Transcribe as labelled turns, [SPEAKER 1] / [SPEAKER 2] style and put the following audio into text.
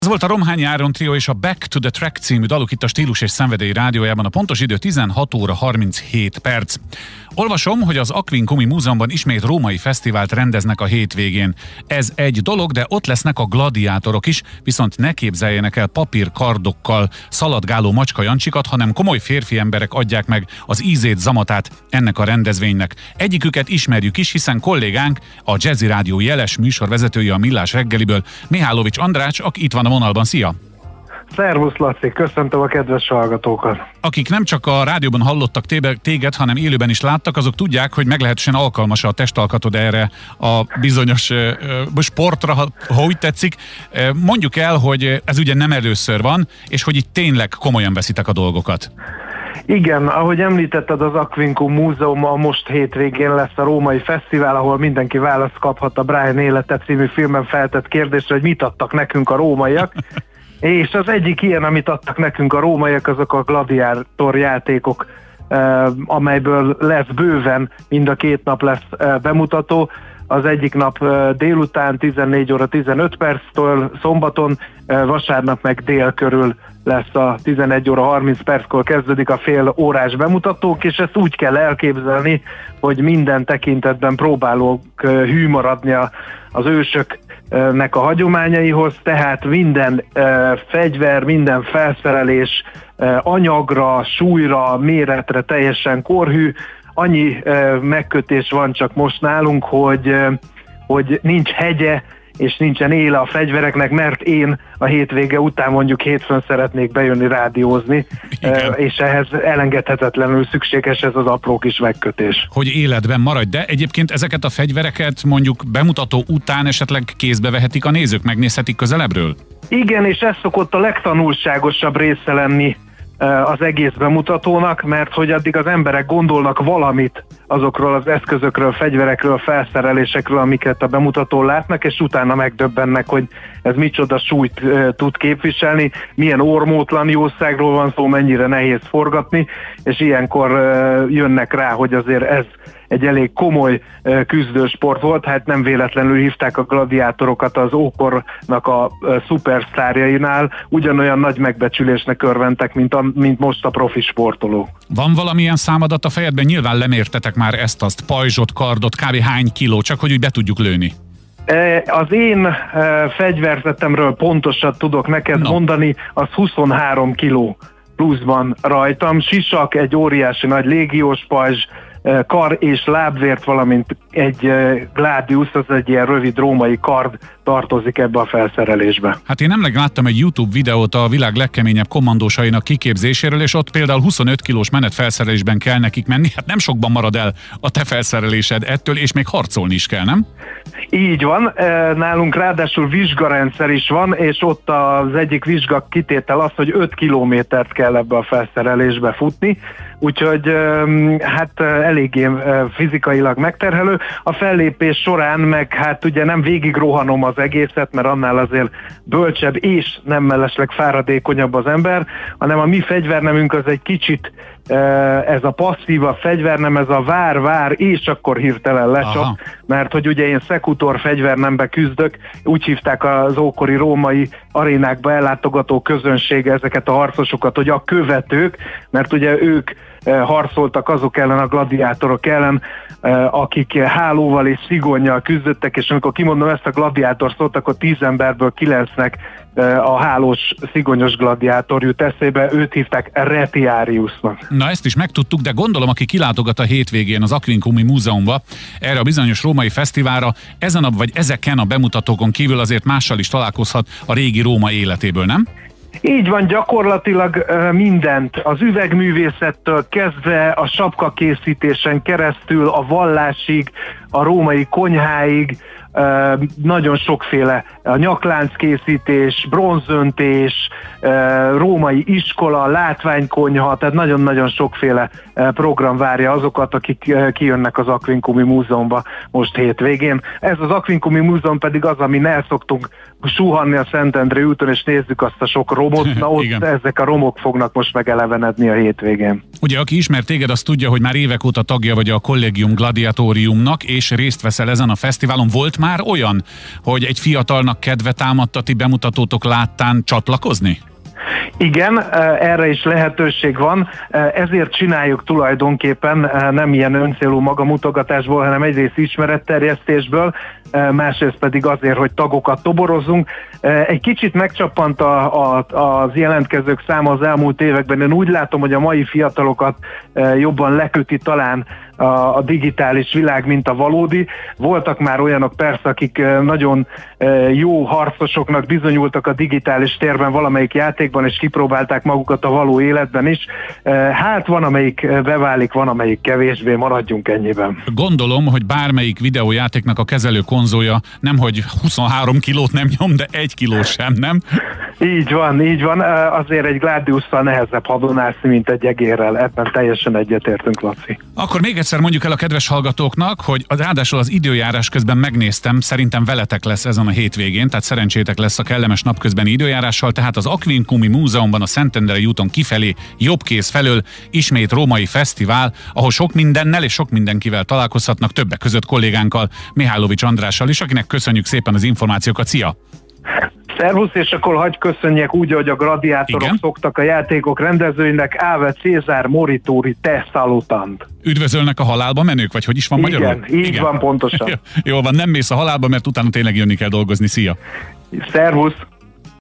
[SPEAKER 1] Ez volt a Romhányi Áron Trio és a Back to the Track című daluk itt a Stílus és Szenvedély rádiójában. A pontos idő 16 óra 37 perc. Olvasom, hogy az Aquincumi Múzeumban ismét római fesztivált rendeznek a hétvégén. Ez egy dolog, de ott lesznek a gladiátorok is, viszont ne képzeljenek el papírkardokkal szaladgáló macskajancsikat, hanem komoly férfi emberek adják meg az ízét, zamatát ennek a rendezvénynek. Egyiküket ismerjük is, hiszen kollégánk, a Jazzy Rádió jeles műsorvezetője a Millás reggeliből, Mihálovics András, aki itt van a vonalban. Szia!
[SPEAKER 2] Szervusz, Laci, köszöntöm a kedves hallgatókat!
[SPEAKER 1] Akik nem csak a rádióban hallottak téged, hanem élőben is láttak, azok tudják, hogy meglehetősen alkalmas a testalkatod erre a bizonyos sportra, ha úgy tetszik. Mondjuk el, hogy ez ugye nem először van, és hogy itt tényleg komolyan veszitek a dolgokat.
[SPEAKER 2] Igen, ahogy említetted, az Aquincum Múzeum a most hétvégén lesz a római fesztivál, ahol mindenki választ kaphat a Brian élete című filmben feltett kérdésre, hogy mit adtak nekünk a rómaiak. És az egyik ilyen, amit adtak nekünk a rómaiak, azok a gladiátor játékok, amelyből lesz bőven, mind a két nap lesz bemutató. Az egyik nap délután 14 óra 15 perctől szombaton, vasárnap meg dél körül lesz a 11 óra 30 perckor kezdődik a fél órás bemutatók, és ezt úgy kell elképzelni, hogy minden tekintetben próbálunk hű maradni az ősöknek a hagyományaihoz, tehát minden fegyver, minden felszerelés anyagra, súlyra, méretre teljesen korhű. Annyi megkötés van csak most nálunk, hogy nincs hegye, és nincsen éle a fegyvereknek, mert én a hétvége után mondjuk hétfőn szeretnék bejönni rádiózni, és ehhez elengedhetetlenül szükséges ez az apró kis megkötés.
[SPEAKER 1] Hogy életben maradj, de egyébként ezeket a fegyvereket mondjuk bemutató után esetleg kézbe vehetik a nézők, megnézhetik közelebbről?
[SPEAKER 2] Igen, és ez szokott a legtanulságosabb része lenni az egész bemutatónak, mert hogy addig az emberek gondolnak valamit azokról az eszközökről, fegyverekről, felszerelésekről, amiket a bemutatón látnak, és utána megdöbbennek, hogy ez micsoda súlyt tud képviselni, milyen ormótlan jószágról van szó, mennyire nehéz forgatni, és ilyenkor jönnek rá, hogy azért ez egy elég komoly küzdősport volt, hát nem véletlenül hívták a gladiátorokat az ókornak a szupersztárjainál, ugyanolyan nagy megbecsülésnek örventek, mint most a profi sportolók.
[SPEAKER 1] Van valamilyen számadat a fejedben? Nyilván lemértetek már ezt-azt, pajzsot, kardot, kb. Hány kiló, csak hogy úgy be tudjuk lőni.
[SPEAKER 2] Az én fegyverzetemről pontosat tudok neked mondani, az 23 kiló pluszban rajtam, sisak, egy óriási nagy légiós pajzs, kar és lábvért, valamint egy gladius, az egy ilyen rövid római kard tartozik ebbe a felszerelésbe.
[SPEAKER 1] Hát én nemrég láttam egy YouTube videót a világ legkeményebb kommandósainak kiképzéséről, és ott például 25 kilós menetfelszerelésben kell nekik menni, hát nem sokban marad el a te felszerelésed ettől, és még harcolni is kell, nem?
[SPEAKER 2] Így van, nálunk ráadásul vizsgarendszer is van, és ott az egyik vizsga kitétel az, hogy 5 kilométert kell ebbe a felszerelésbe futni, úgyhogy hát eléggé fizikailag megterhelő. A fellépés során meg hát ugye nem végig rohanom az egészet, mert annál azért bölcsebb és nem mellesleg fáradékonyabb az ember, hanem a mi fegyvernemünk az egy kicsit ez a passzíva fegyvernem, ez a vár és akkor hirtelen lecsap, mert hogy ugye én szekutor fegyvernembe küzdök, úgy hívták az ókori római arénákba ellátogató közönség ezeket a harcosokat, hogy a követők, mert ugye ők harcoltak azok ellen, a gladiátorok ellen, akik hálóval és szigonnyal küzdöttek, és amikor kimondom ezt a gladiátor szót, akkor 10 emberből 9-nek a hálós, szigonyos gladiátor jut eszébe, őt hívták Retiariusnak.
[SPEAKER 1] Na ezt is megtudtuk, de gondolom, aki kilátogat a hétvégén az Aquincumi Múzeumba, erre a bizonyos római fesztiválra, ezeken a bemutatókon kívül azért mással is találkozhat a régi Róma életéből, nem?
[SPEAKER 2] Így van, gyakorlatilag mindent, az üvegművészettől kezdve a sapkakészítésen keresztül, a vallásig, a római konyháig, nagyon sokféle, a nyaklánc-készítés, bronzöntés, római iskola, látványkonyha, tehát nagyon-nagyon sokféle program várja azokat, akik kijönnek az Aquincumi Múzeumba most hétvégén. Ez az Aquincumi Múzeum pedig az, amin el szoktunk suhanni a Szentendrei úton, és nézzük azt a sok romot, na ott ezek a romok fognak most megelevenedni a hétvégén.
[SPEAKER 1] Ugye, aki ismer téged, azt tudja, hogy már évek óta tagja vagy a Collegium Gladiatoriumnak, és és részt veszel ezen a fesztiválon. Volt már olyan, hogy egy fiatalnak kedve támadt a ti bemutatótok láttán csatlakozni?
[SPEAKER 2] Igen, erre is lehetőség van, ezért csináljuk tulajdonképpen nem ilyen öncélú magamutogatásból, hanem egyrészt ismeretterjesztésből, másrészt pedig azért, hogy tagokat toborozunk. Egy kicsit megcsappant az jelentkezők száma az elmúlt években. Én úgy látom, hogy a mai fiatalokat jobban leköti talán a digitális világ, mint a valódi. Voltak már olyanok persze, akik nagyon jó harcosoknak bizonyultak a digitális térben valamelyik játékban, és kipróbálták magukat a való életben is. Hát van, amelyik beválik, van, amelyik kevésbé, maradjunk ennyiben.
[SPEAKER 1] Gondolom, hogy bármelyik videójátéknak a kezelő konzolja nemhogy 23 kilót nem nyom, de 1 kiló sem, nem?
[SPEAKER 2] Így van. Azért egy Gladiusszal nehezebb hadonászni, mint egy egérrel. Ebben teljesen egyetértünk, Laci.
[SPEAKER 1] Akkor még egyszer mondjuk el a kedves hallgatóknak, hogy ráadásul az időjárás közben megnéztem, szerintem veletek lesz ezen a hétvégén, tehát szerencsétek lesz a kellemes napközbeni időjárással, tehát az Aquincumi Múzeumban a Szentendrei úton kifelé jobbkéz felől ismét római fesztivál, ahol sok mindennel és sok mindenkivel találkozhatnak, többek között kollégánkkal, Mihálovics Andrással is, akinek köszönjük szépen az információkat. Szia!
[SPEAKER 2] Szervusz, és akkor hagyj köszönjek úgy, hogy a gladiátorok szoktak a játékok rendezőinek, Ave Cézár Morituri te salutant.
[SPEAKER 1] Üdvözölnek a halálba menők, vagy hogy is van magyarul?
[SPEAKER 2] Igen, így van pontosan.
[SPEAKER 1] Jól van, nem mész a halálba, mert utána tényleg jönni kell dolgozni. Szia!
[SPEAKER 2] Szervusz!